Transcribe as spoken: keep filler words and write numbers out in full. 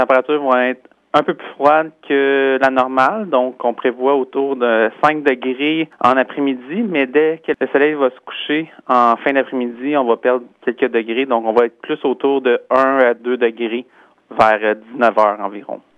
températures vont être un peu plus froides que la normale, donc on prévoit autour de cinq degrés en après-midi, mais dès que le soleil va se coucher en fin d'après-midi, on va perdre quelques degrés, donc on va être plus autour de un à deux degrés vers dix-neuf heures environ.